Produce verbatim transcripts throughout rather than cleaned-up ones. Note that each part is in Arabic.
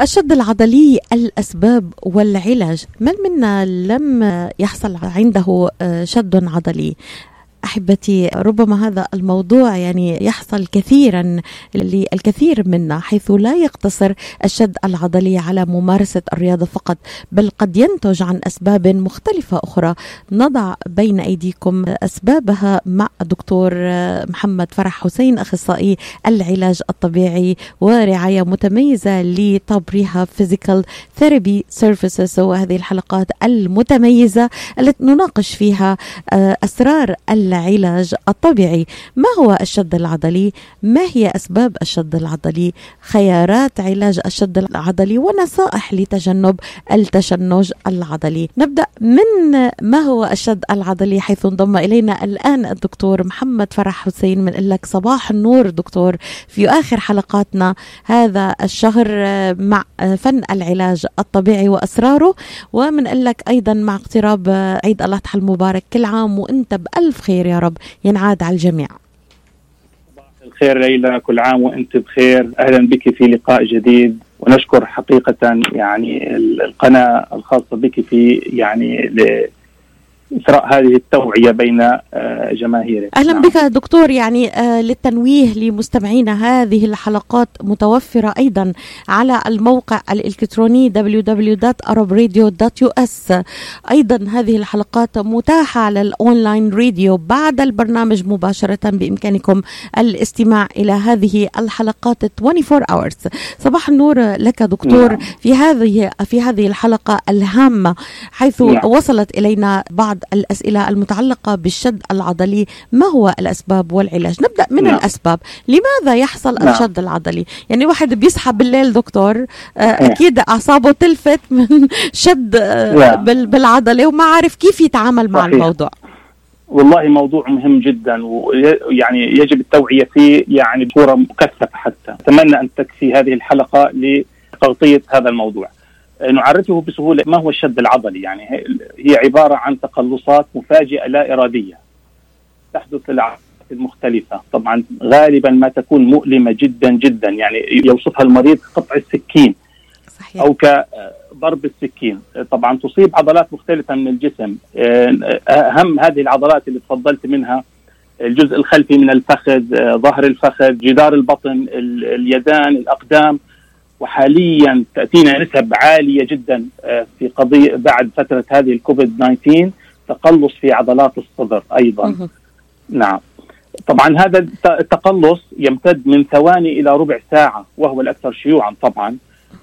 الشد العضلي، الأسباب والعلاج. من منا لم يحصل عنده شد عضلي؟ أحبتي، ربما هذا الموضوع يعني يحصل كثيرا للكثير منا، حيث لا يقتصر الشد العضلي على ممارسة الرياضة فقط، بل قد ينتج عن أسباب مختلفة أخرى. نضع بين أيديكم أسبابها مع دكتور محمد فرح حسين، أخصائي العلاج الطبيعي ورعاية متميزة لطب ريهاب فيزيكال ثيرابي سيرفيسز، وهذه الحلقات المتميزة التي نناقش فيها أسرار العلاج الطبيعي. ما هو الشد العضلي؟ ما هي أسباب الشد العضلي؟ خيارات علاج الشد العضلي ونصائح لتجنب التشنج العضلي. نبدأ من ما هو الشد العضلي، حيث انضم إلينا الآن الدكتور محمد فرح حسين. من لك صباح النور دكتور في آخر حلقاتنا هذا الشهر مع فن العلاج الطبيعي وأسراره، ومن لك أيضا مع اقتراب عيد الأضحى المبارك، كل عام وأنت بألف خير يا رب، ينعاد على الجميع. صباح الخير ليلى، كل عام وأنت بخير. أهلا بك في لقاء جديد، ونشكر حقيقة يعني القناة الخاصة بك في يعني إثراء هذه التوعية بين جماهيرك. أهلا نعم. بك دكتور. يعني للتنويه لمستمعينا، هذه الحلقات متوفرة أيضا على الموقع الإلكتروني دبليو دبليو دوت أرب راديو دوت يو إس. أيضا هذه الحلقات متاحة على الأونلاين راديو بعد البرنامج مباشرة، بإمكانكم الاستماع إلى هذه الحلقات أربعة وعشرين أورز. صباح النور لك دكتور. نعم. في هذه في هذه الحلقة الهامة، حيث نعم. وصلت إلينا بعض الأسئلة المتعلقة بالشد العضلي. ما هو الأسباب والعلاج؟ نبدأ من نعم. الأسباب. لماذا يحصل نعم. الشد العضلي؟ يعني واحد بيصحى بالليل دكتور، أكيد أعصابه تلفت من شد نعم. بالعضلة وما عارف كيف يتعامل مع صحيح. الموضوع. والله موضوع مهم جدا، ويعني يجب التوعية فيه يعني بصورة مكثفة. حتى أتمنى أن تكفي هذه الحلقة لتغطية هذا الموضوع. نعرفه بسهولة. ما هو الشد العضلي؟ يعني هي عبارة عن تقلصات مفاجئة لا إرادية تحدث للعضلات المختلفة. طبعا غالبا ما تكون مؤلمة جدا جدا، يعني يوصفها المريض قطع السكين صحيح. أو كضرب السكين. طبعا تصيب عضلات مختلفة من الجسم. أهم هذه العضلات اللي تفضلت منها الجزء الخلفي من الفخذ، ظهر الفخذ، جدار البطن، اليدان، الأقدام. وحاليا تأتينا نسب عالية جدا في قضية بعد فترة هذه الكوفيد تسعة عشر، تقلص في عضلات الصدر أيضا. مه. نعم. طبعا هذا التقلص يمتد من ثواني إلى ربع ساعة، وهو الأكثر شيوعا طبعا.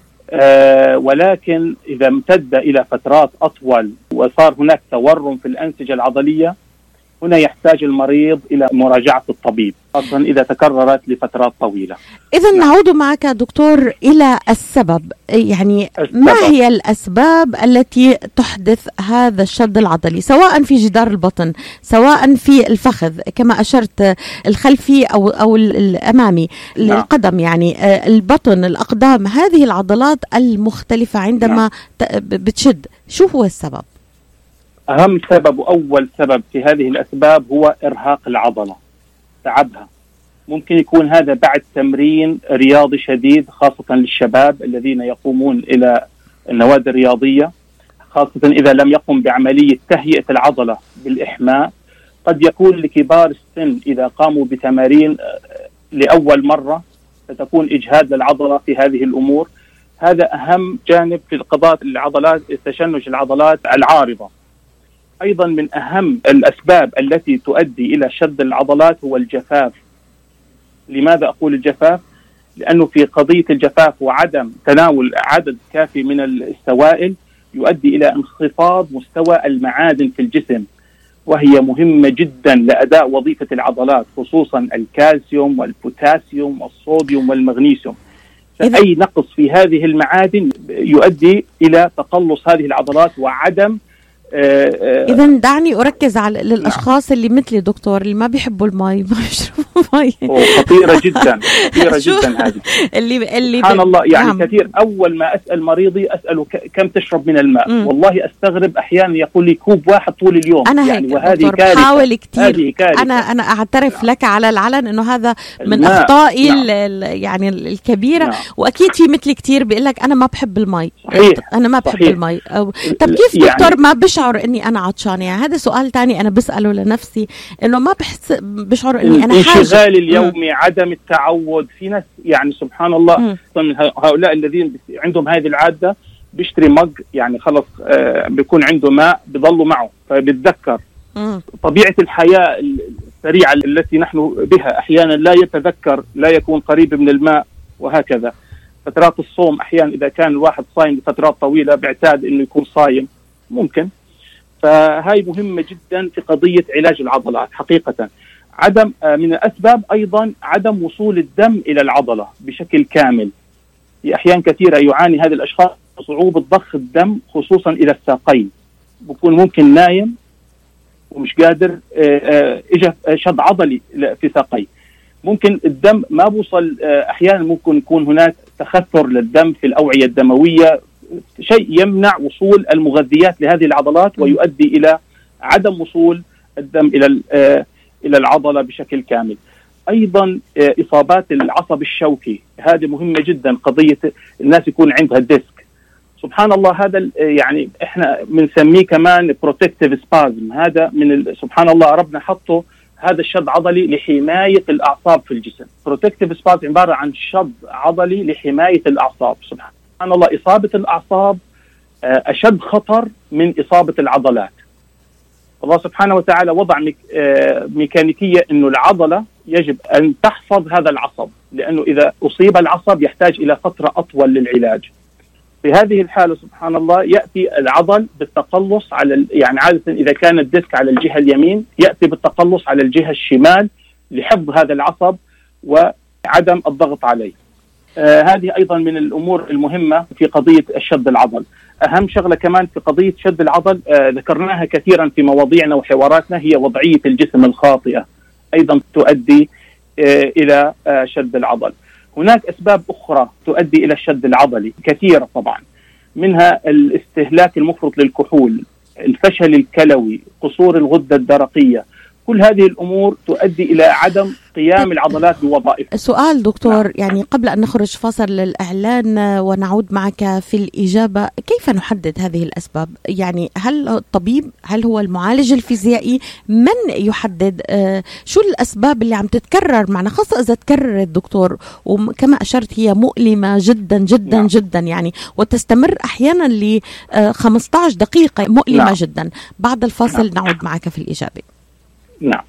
آه ولكن إذا امتد إلى فترات أطول وصار هناك تورم في الأنسجة العضلية، هنا يحتاج المريض إلى مراجعة الطبيب، خاصة إذا تكررت لفترات طويلة. إذن نعود معك دكتور إلى السبب. يعني السبب. ما هي الأسباب التي تحدث هذا الشد العضلي، سواء في جدار البطن، سواء في الفخذ كما أشرت، الخلفي أو أو الأمامي، نعم. القدم، يعني البطن، الأقدام، هذه العضلات المختلفة عندما نعم. بتشد، شو هو السبب؟ أهم سبب وأول سبب في هذه الأسباب هو إرهاق العضلة، تعبها. ممكن يكون هذا بعد تمرين رياضي شديد، خاصة للشباب الذين يقومون إلى النوادي الرياضية، خاصة إذا لم يقم بعملية تهيئة العضلة بالإحماء. قد يكون لكبار السن إذا قاموا بتمارين لأول مرة ستكون إجهاد للعضلة في هذه الأمور. هذا أهم جانب في القضاء العضلات، تشنج العضلات العارضة. أيضا من أهم الأسباب التي تؤدي إلى شد العضلات هو الجفاف. لماذا أقول الجفاف؟ لأنه في قضية الجفاف وعدم تناول عدد كافي من السوائل يؤدي إلى انخفاض مستوى المعادن في الجسم، وهي مهمة جدا لأداء وظيفة العضلات، خصوصا الكالسيوم والبوتاسيوم والصوديوم والمغنيسيوم. فأي نقص في هذه المعادن يؤدي إلى تقلص هذه العضلات وعدم إذا دعني أركز على للأشخاص اللي مثلي دكتور اللي ما بيحبوا المي ما بيشربوا مي. خطيرة جدا خطيرة جدا هذه اللي اللي سبحان الله يعني نعم. كثير أول ما أسأل مريضي أسأله كم تشرب من الماء. مم. والله أستغرب أحيانا يقول لي كوب واحد طول اليوم. أنا يعني وهذه كارثة. حاول كتير. أنا أنا أعترف نعم. لك على العلن إنه هذا من أخطائي نعم. يعني الكبيرة. نعم. وأكيد في مثلي كتير بيقول لك أنا ما بحب المي. صحيح. أنا ما بحب صحيح. المي. طب كيف يعني دكتور ما بشعر إني أنا عطشان؟ يعني هذا سؤال تاني أنا بسأله لنفسي إنه ما بحس بشعر إني أنا حاجة. الانشغال اليومي مم. عدم التعود. في ناس يعني سبحان الله من هؤلاء الذين عندهم هذه العادة بيشتري مج يعني خلص آه بيكون عنده ماء بيضلوا معه فبيتذكر. مم. طبيعة الحياة السريعة التي نحن بها أحيانا لا يتذكر لا يكون قريب من الماء وهكذا. فترات الصوم أحيانا إذا كان الواحد صايم لفترات طويلة بيعتاد إنه يكون صايم ممكن. فهاي مهمة جدا في قضية علاج العضلات حقيقة. عدم من الأسباب أيضا عدم وصول الدم إلى العضلة بشكل كامل. في أحيان كثيرة يعاني هذه الأشخاص صعوبة ضخ الدم خصوصا إلى الساقين. بكون ممكن نايم ومش قادر إجا شد عضلي في ساقيه. ممكن الدم ما بوصل. أحيانا ممكن يكون هناك تخثر للدم في الأوعية الدموية شيء يمنع وصول المغذيات لهذه العضلات ويؤدي إلى عدم وصول الدم إلى إلى العضلة بشكل كامل. أيضا إصابات العصب الشوكي هذه مهمة جدا. قضية الناس يكون عندها ديسك سبحان الله هذا يعني إحنا بنسميه كمان protective spasm. هذا من سبحان الله ربنا حطه هذا الشد عضلي لحماية الأعصاب في الجسم. protective spasm عبارة عن شد عضلي لحماية الأعصاب. سبحان الله إصابة الأعصاب أشد خطر من إصابة العضلات. الله سبحانه وتعالى وضع ميكانيكية إنه العضلة يجب أن تحفظ هذا العصب لأنه إذا أصيب العصب يحتاج إلى فترة أطول للعلاج. في هذه الحالة سبحان الله يأتي العضل بالتقلص على يعني عادة إذا كان الديسك على الجهة اليمين يأتي بالتقلص على الجهة الشمال لحفظ هذا العصب وعدم الضغط عليه. آه هذه أيضا من الأمور المهمة في قضية الشد العضل. أهم شغلة كمان في قضية شد العضل آه ذكرناها كثيرا في مواضيعنا وحواراتنا هي وضعية الجسم الخاطئة أيضا تؤدي آه إلى آه شد العضل. هناك أسباب أخرى تؤدي إلى الشد العضلي كثيرة طبعا منها الاستهلاك المفرط للكحول الفشل الكلوي قصور الغدة الدرقية. كل هذه الأمور تؤدي إلى عدم قيام العضلات بوظائفها. سؤال دكتور نعم. يعني قبل أن نخرج فاصل للإعلان ونعود معك في الإجابة كيف نحدد هذه الأسباب؟ يعني هل الطبيب هل هو المعالج الفيزيائي من يحدد آه شو الأسباب اللي عم تتكرر معنا خاصة إذا تكررت دكتور وكما أشرت هي مؤلمة جدا جدا نعم. جدا يعني وتستمر أحيانا ل خمسة عشر دقيقة مؤلمة نعم. جدا. بعد الفاصل نعم. نعود معك في الإجابة. نعم.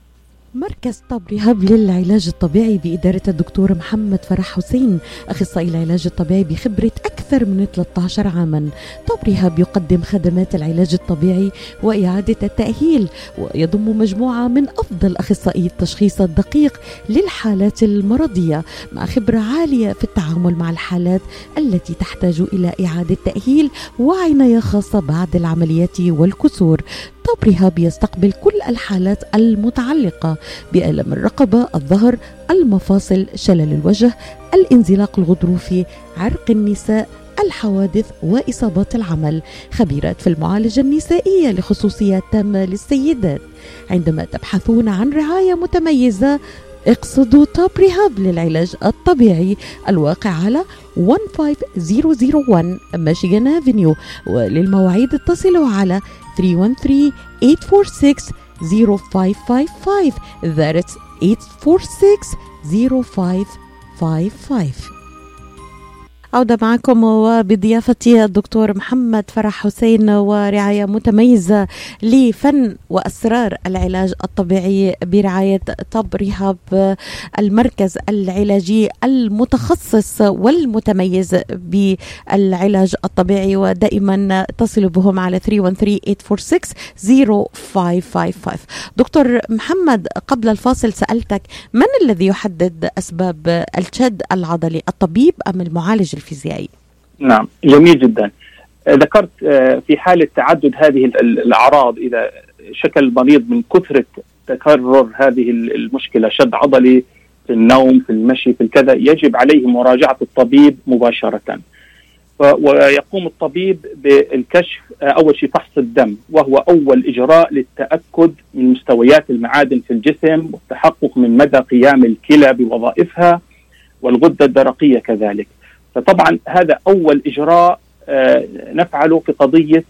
مركز طب ريهاب للعلاج الطبيعي بإدارة الدكتور محمد فرح حسين أخصائي العلاج الطبيعي بخبرة أكثر من ثلاثة عشر عاما. طب ريهاب يقدم خدمات العلاج الطبيعي وإعادة التأهيل ويضم مجموعة من أفضل أخصائي التشخيص الدقيق للحالات المرضية مع خبرة عالية في التعامل مع الحالات التي تحتاج إلى إعادة تأهيل وعناية خاصة بعد العمليات والكسور. طب ريهاب يستقبل كل الحالات المتعلقة بألم الرقبة، الظهر، المفاصل، شلل الوجه، الانزلاق الغضروفي، عرق النساء، الحوادث وإصابات العمل. خبيرات في المعالجة النسائية لخصوصيات تامة للسيدات. عندما تبحثون عن رعاية متميزة اقصدوا طب ريهاب للعلاج الطبيعي الواقع على خمسة خمسة صفر صفر واحد ميشيغان افنيو. وللمواعيد اتصلوا على ثلاثة واحد ثلاثة ثمانية أربعة ستة صفر خمسة خمسة خمسة that's ثمانية أربعة ستة صفر خمسة خمسة خمسة. عودة معكم وبضيافتي الدكتور محمد فرح حسين ورعاية متميزة لفن وأسرار العلاج الطبيعي برعاية طب ريهاب المركز العلاجي المتخصص والمتميز بالعلاج الطبيعي. ودائما اتصلوا بهم على ثلاثة واحد ثلاثة ثمانية أربعة ستة صفر خمسة خمسة خمسة. دكتور محمد قبل الفاصل سألتك من الذي يحدد أسباب الشد العضلي الطبيب أم المعالج الفيزيائي؟ نعم جميل جدا. ذكرت في حالة تعدد هذه الأعراض، إذا شكل المريض من كثرة تكرر هذه المشكلة، شد عضلي في النوم، في المشي، في الكذا، يجب عليه مراجعة الطبيب مباشرة. ويقوم الطبيب بالكشف، أول شيء فحص الدم، وهو أول إجراء للتأكد من مستويات المعادن في الجسم والتحقق من مدى قيام الكلى بوظائفها والغدة الدرقية كذلك. فطبعا هذا أول إجراء نفعله في قضية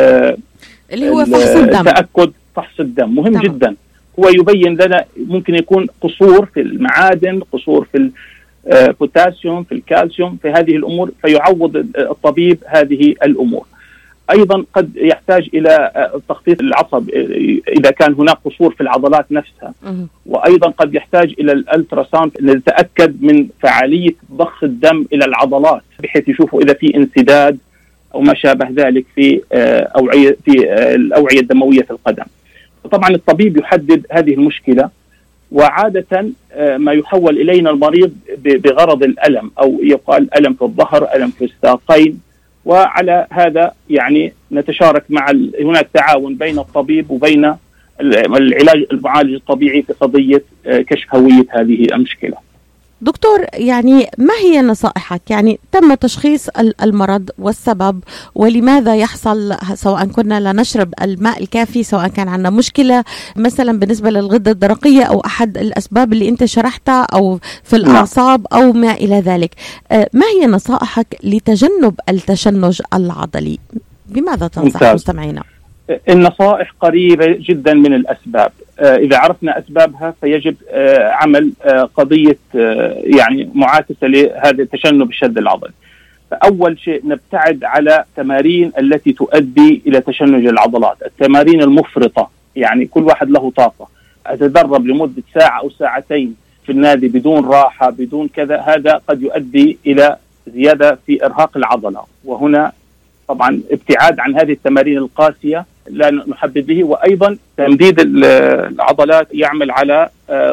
اللي هو فحص الدم، تأكد فحص الدم مهم طبعا. جدا، هو يبين لنا ممكن يكون قصور في المعادن، قصور في البوتاسيوم، في الكالسيوم، في هذه الأمور، فيعوض الطبيب هذه الأمور. أيضا قد يحتاج إلى تخطيط العصب إذا كان هناك قصور في العضلات نفسها، وأيضا قد يحتاج إلى الألتراساوند لنتأكد من فعالية ضخ الدم إلى العضلات، بحيث يشوفوا إذا في انسداد أو ما شابه ذلك في أوعية في الأوعية الدموية في القدم. طبعا الطبيب يحدد هذه المشكلة، وعادة ما يحول إلينا المريض بغرض الألم، أو يقال ألم في الظهر، ألم في الساقين، وعلى هذا يعني نتشارك مع هناك تعاون بين الطبيب وبين العلاج المعالج الطبيعي في قضية كشف هوية هذه المشكلة. دكتور، يعني ما هي نصائحك؟ يعني تم تشخيص المرض والسبب ولماذا يحصل، سواء كنا لا نشرب الماء الكافي، سواء كان عندنا مشكلة مثلا بالنسبة للغدة الدرقية أو أحد الأسباب اللي أنت شرحتها، أو في الأعصاب أو ما إلى ذلك. ما هي نصائحك لتجنب التشنج العضلي؟ بماذا تنصح مستمعينا؟ النصائح قريبة جدا من الأسباب. إذا عرفنا أسبابها فيجب عمل قضية يعني معاكسة لهذا تشنج الشد العضلي. فأول شيء نبتعد على تمارين التي تؤدي إلى تشنج العضلات، التمارين المفرطة، يعني كل واحد له طاقة، أتدرب لمدة ساعة أو ساعتين في النادي بدون راحة بدون كذا، هذا قد يؤدي إلى زيادة في إرهاق العضلة، وهنا طبعا ابتعاد عن هذه التمارين القاسية لا نحبذ به. وأيضا تمديد العضلات يعمل على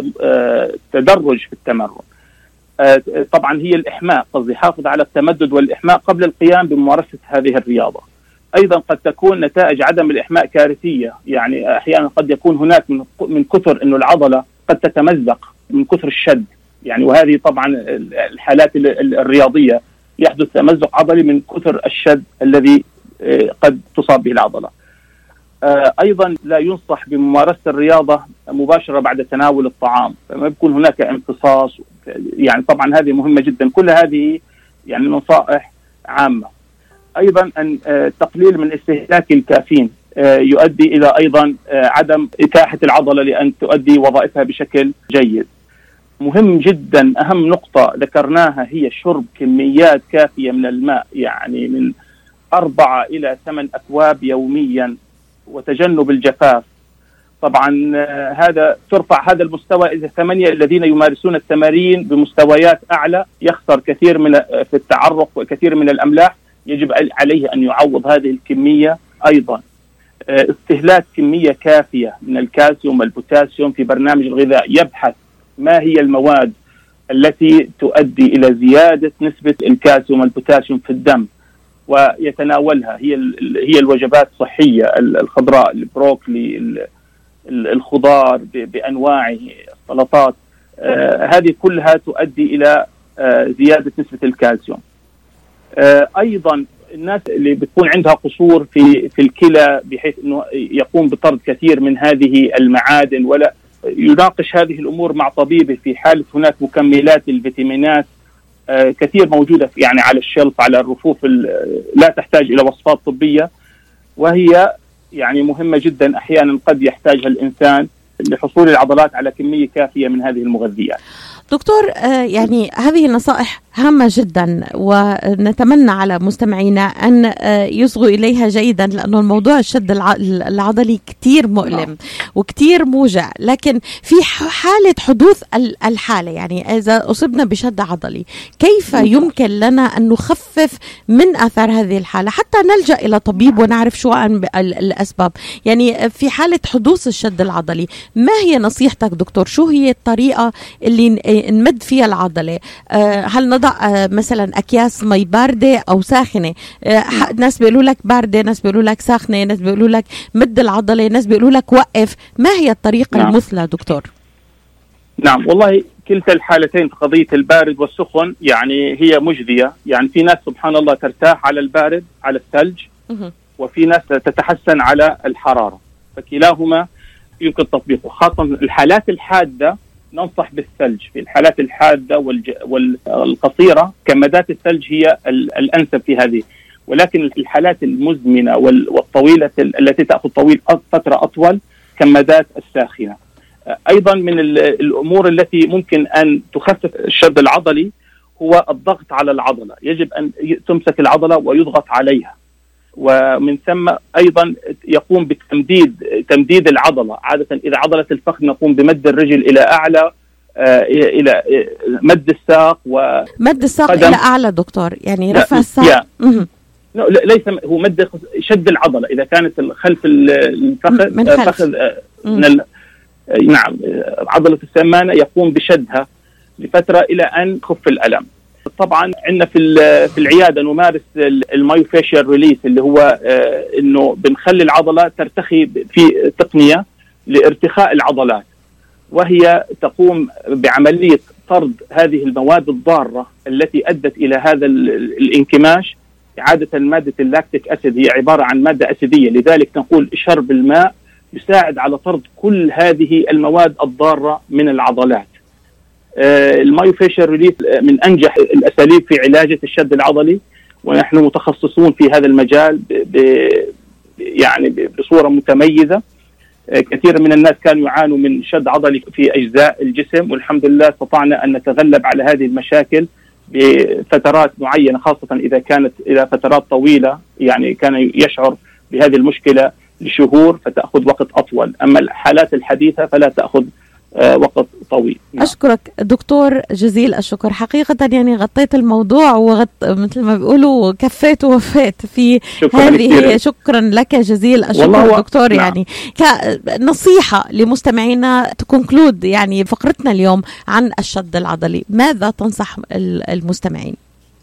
تدرج في التمرن. طبعا هي الإحماء، قصدي يحافظ على التمدد والإحماء قبل القيام بممارسة هذه الرياضة. أيضا قد تكون نتائج عدم الإحماء كارثية، يعني أحيانا قد يكون هناك من كثر أنه العضلة قد تتمزق من كثر الشد، يعني وهذه طبعا الحالات الرياضية يحدث تمزق عضلي من كثر الشد الذي قد تصاب به العضلة. أيضا لا ينصح بممارسة الرياضة مباشرة بعد تناول الطعام، فما يكون هناك امتصاص، يعني طبعا هذه مهمة جدا. كل هذه يعني نصائح عامة. أيضا أن تقليل من استهلاك الكافيين يؤدي إلى أيضا عدم إتاحة العضلة لأن تؤدي وظائفها بشكل جيد. مهم جدا، أهم نقطة ذكرناها هي شرب كميات كافية من الماء، يعني من أربعة إلى ثمان أكواب يوميا، وتجنب الجفاف. طبعا هذا ترفع هذا المستوى إذا ثمانية الذين يمارسون التمارين بمستويات أعلى يخسر كثير من في التعرق وكثير من الأملاح، يجب عليه أن يعوض هذه الكمية. أيضا استهلاك كمية كافية من الكالسيوم والبوتاسيوم في برنامج الغذاء، يبحث ما هي المواد التي تؤدي إلى زيادة نسبة الكالسيوم والبوتاسيوم في الدم ويتناولها. هي هي الوجبات الصحية الخضراء، البروكلي، الخضار بأنواعه، السلطات، آه هذه كلها تؤدي إلى آه زيادة نسبة الكالسيوم. آه أيضا الناس اللي بتكون عندها قصور في في الكلى بحيث أنه يقوم بطرد كثير من هذه المعادن، ولا يناقش هذه الأمور مع طبيبه في حالة هناك مكملات الفيتامينات آه كثير موجودة يعني على الشلف، على الرفوف، لا تحتاج إلى وصفات طبية، وهي يعني مهمة جدا. أحيانا قد يحتاجها الإنسان لحصول العضلات على كمية كافية من هذه المغذيات. دكتور، يعني هذه النصائح هامة جدا، ونتمنى على مستمعينا أن يصغوا إليها جيدا، لأنه الموضوع الشد العضلي كتير مؤلم وكتير موجع. لكن في حالة حدوث الحالة، يعني إذا أصبنا بشد عضلي، كيف يمكن لنا أن نخفف من آثار هذه الحالة حتى نلجأ إلى طبيب ونعرف شو عن الأسباب؟ يعني في حالة حدوث الشد العضلي، ما هي نصيحتك دكتور؟ شو هي الطريقة اللي نمد فيها العضلة. هل نضع مثلا أكياس مي باردة أو ساخنة؟ ناس بيقولوا لك باردة، ناس بيقولوا لك ساخنة، ناس بيقولوا لك مد العضلة، ناس بيقولوا لك وقف. ما هي الطريقة نعم. المثلى دكتور؟ نعم والله كلتا الحالتين في قضية البارد والسخن يعني هي مجدية. يعني في ناس سبحان الله ترتاح على البارد على الثلج، وفي ناس تتحسن على الحرارة، فكلاهما يمكن تطبيقه. خاصة الحالات الحادة ننصح بالثلج. في الحالات الحادة والج... والقصيرة كمادات الثلج هي الأنسب في هذه، ولكن الحالات المزمنة وال... والطويلة التي تأخذ طويل فترة أطول كمادات الساخنة. أيضا من الأمور التي ممكن أن تخفف الشد العضلي هو الضغط على العضلة. يجب أن تمسك العضلة ويضغط عليها، ومن ثم أيضا يقوم بتمديد تمديد العضلة. عادة إذا عضلة الفخذ نقوم بمد الرجل إلى أعلى، آه إلى آه مد الساق ومد الساق إلى أعلى دكتور، يعني رفع الساق. لا ليس هو مد شد العضلة إذا كانت خلف الفخذ من خلف. فخذ آه من ال... نعم عضلة السمانة يقوم بشدها لفترة إلى أن تخف الألم. طبعا عندنا في في العيادة نمارس المايوفاشيال ريليس اللي هو آه إنه بنخلي العضلة ترتخي في تقنية لارتخاء العضلات، وهي تقوم بعملية طرد هذه المواد الضارة التي أدت إلى هذا الانكماش. عادة مادة اللاكتيك أسيد هي عبارة عن مادة أسيدية، لذلك نقول شرب الماء يساعد على طرد كل هذه المواد الضارة من العضلات. آه المايوفاشيال ريليس من أنجح الأساليب في علاج الشد العضلي، ونحن متخصصون في هذا المجال ب ب يعني بصورة متميزة. آه كثير من الناس كانوا يعانوا من شد عضلي في أجزاء الجسم، والحمد لله استطعنا أن نتغلب على هذه المشاكل بفترات معينة، خاصة إذا كانت إلى فترات طويلة. يعني كان يشعر بهذه المشكلة لشهور فتأخذ وقت أطول، أما الحالات الحديثة فلا تأخذ آه وقت طويل. أشكرك دكتور جزيل الشكر، حقيقة يعني غطيت الموضوع وغط مثل ما بيقولوا كفيت ووفيت في هذه. شكرا لك جزيل الشكر دكتور. نعم. يعني كنصيحة لمستمعينا تكونكلود يعني فقرتنا اليوم عن الشد العضلي، ماذا تنصح المستمعين؟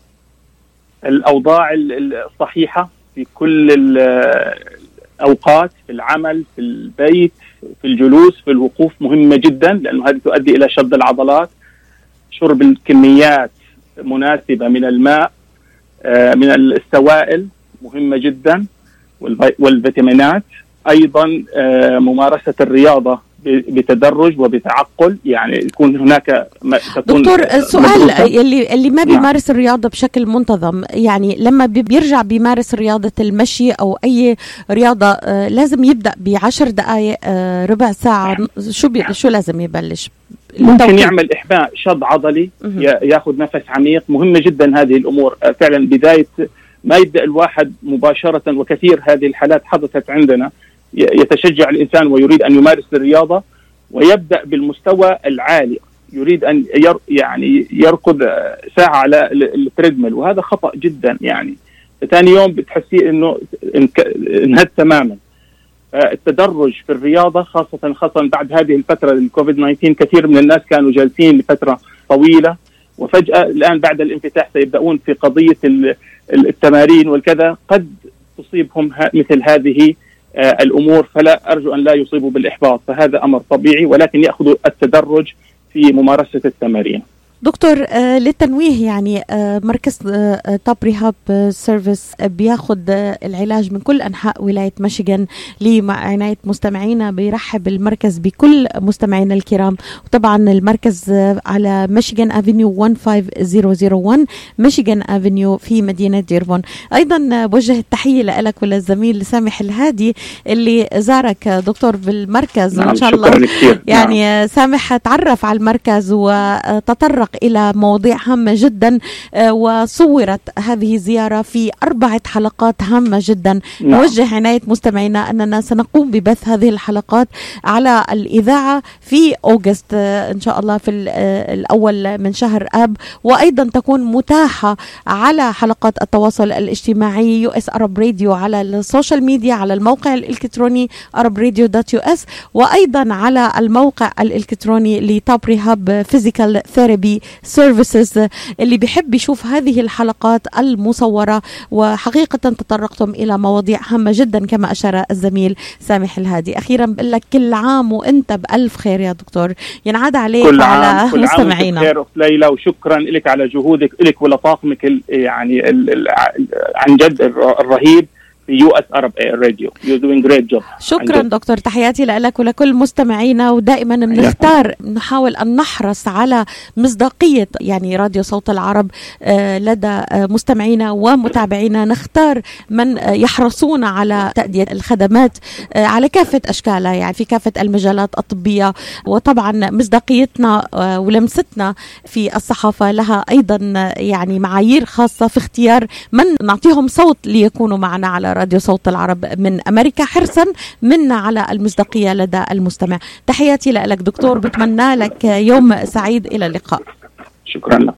الأوضاع الصحيحة في كل أوقات، في العمل، في البيت، في الجلوس، في الوقوف مهمة جدا، لأنه هذه تؤدي إلى شد العضلات. شرب الكميات مناسبة من الماء، من السوائل مهمة جدا، والفيتامينات. أيضا ممارسة الرياضة بتدرج وبتعقل، يعني يكون هناك دكتور السؤال اللي اللي ما بيمارس نعم. الرياضة بشكل منتظم، يعني لما بيرجع بيمارس رياضة المشي أو أي رياضة آه لازم يبدأ بعشر دقائق آه ربع ساعة. نعم. شو بي شو لازم يبلش؟ ممكن يعمل إحماء شد عضلي، ياخذ نفس عميق. مهمة جدا هذه الأمور آه فعلا. بداية ما يبدأ الواحد مباشرة، وكثير هذه الحالات حدثت عندنا، يتشجع الإنسان ويريد أن يمارس الرياضة ويبدأ بالمستوى العالي، يريد أن ير يعني يركض ساعة على التريدميل، وهذا خطأ جدا. يعني ثاني يوم بتحسي إنه انهد تماما. التدرج في الرياضة خاصة خاصة بعد هذه الفترة الكوفيد تسعة عشر، كثير من الناس كانوا جالسين لفترة طويلة، وفجأة الآن بعد الانفتاح سيبدأون في قضية التمارين والكذا، قد تصيبهم مثل هذه الأمور، فلا أرجو أن لا يصيبوا بالإحباط. فهذا أمر طبيعي، ولكن يأخذوا التدرج في ممارسة التمارين. دكتور آه للتنويه يعني آه مركز آه توب ريهاب سيرفيس بياخد آه العلاج من كل أنحاء ولاية ميشيغان. لعناية مستمعينا بيرحب المركز بكل مستمعينا الكرام، وطبعا المركز آه على ميشيغان افنيو واحد خمسة صفر صفر واحد ميشيغان افنيو في مدينة ديرفون. أيضا آه بوجه التحية لك وللزميل سامح الهادي اللي زارك آه دكتور بالمركز. نعم. وإن شاء الله يعني نعم. آه سامح تعرف على المركز وتطرق إلى مواضيع هامة جدا، وصورت هذه الزيارة في أربعة حلقات هامة جدا. نعم. نوجه عناية مستمعينا أننا سنقوم ببث هذه الحلقات على الإذاعة في أوغست إن شاء الله في الأول من شهر آب، وأيضا تكون متاحة على حلقات التواصل الاجتماعي يو اس Arab Radio على السوشيال ميديا، على الموقع الإلكتروني arab radio dot u s، وأيضا على الموقع الإلكتروني لتوب ريهاب فيزيكال ثيرابي سيرفيسز. اللي بيحب يشوف هذه الحلقات المصورة، وحقيقة تطرقتم إلى مواضيع هامة جدا كما أشار الزميل سامح الهادي. أخيرا بقول لك كل عام وأنت بألف خير يا دكتور، ينعاد عليك وعلى مستمعينا. كل عام وأنت ليلى، وشكرا لك على جهودك لك ولطاقمك يعني ال ال عن جد الرهيب في يو اس Arab Radio. You're doing great job. شكرا دكتور، تحياتي لك ولكل مستمعينا. ودائما بنختار نحاول أن نحرص على مصداقية يعني راديو صوت العرب لدى مستمعينا ومتابعينا، نختار من يحرصون على تأدية الخدمات على كافة أشكالها، يعني في كافة المجالات الطبية. وطبعا مصداقيتنا ولمستنا في الصحافة لها أيضا يعني معايير خاصة في اختيار من نعطيهم صوت ليكونوا معنا على راديو صوت العرب من أمريكا، حرصا منا على المصداقية لدى المستمع. تحياتي لك دكتور، بتمنى لك يوم سعيد، إلى اللقاء. شكرا لك.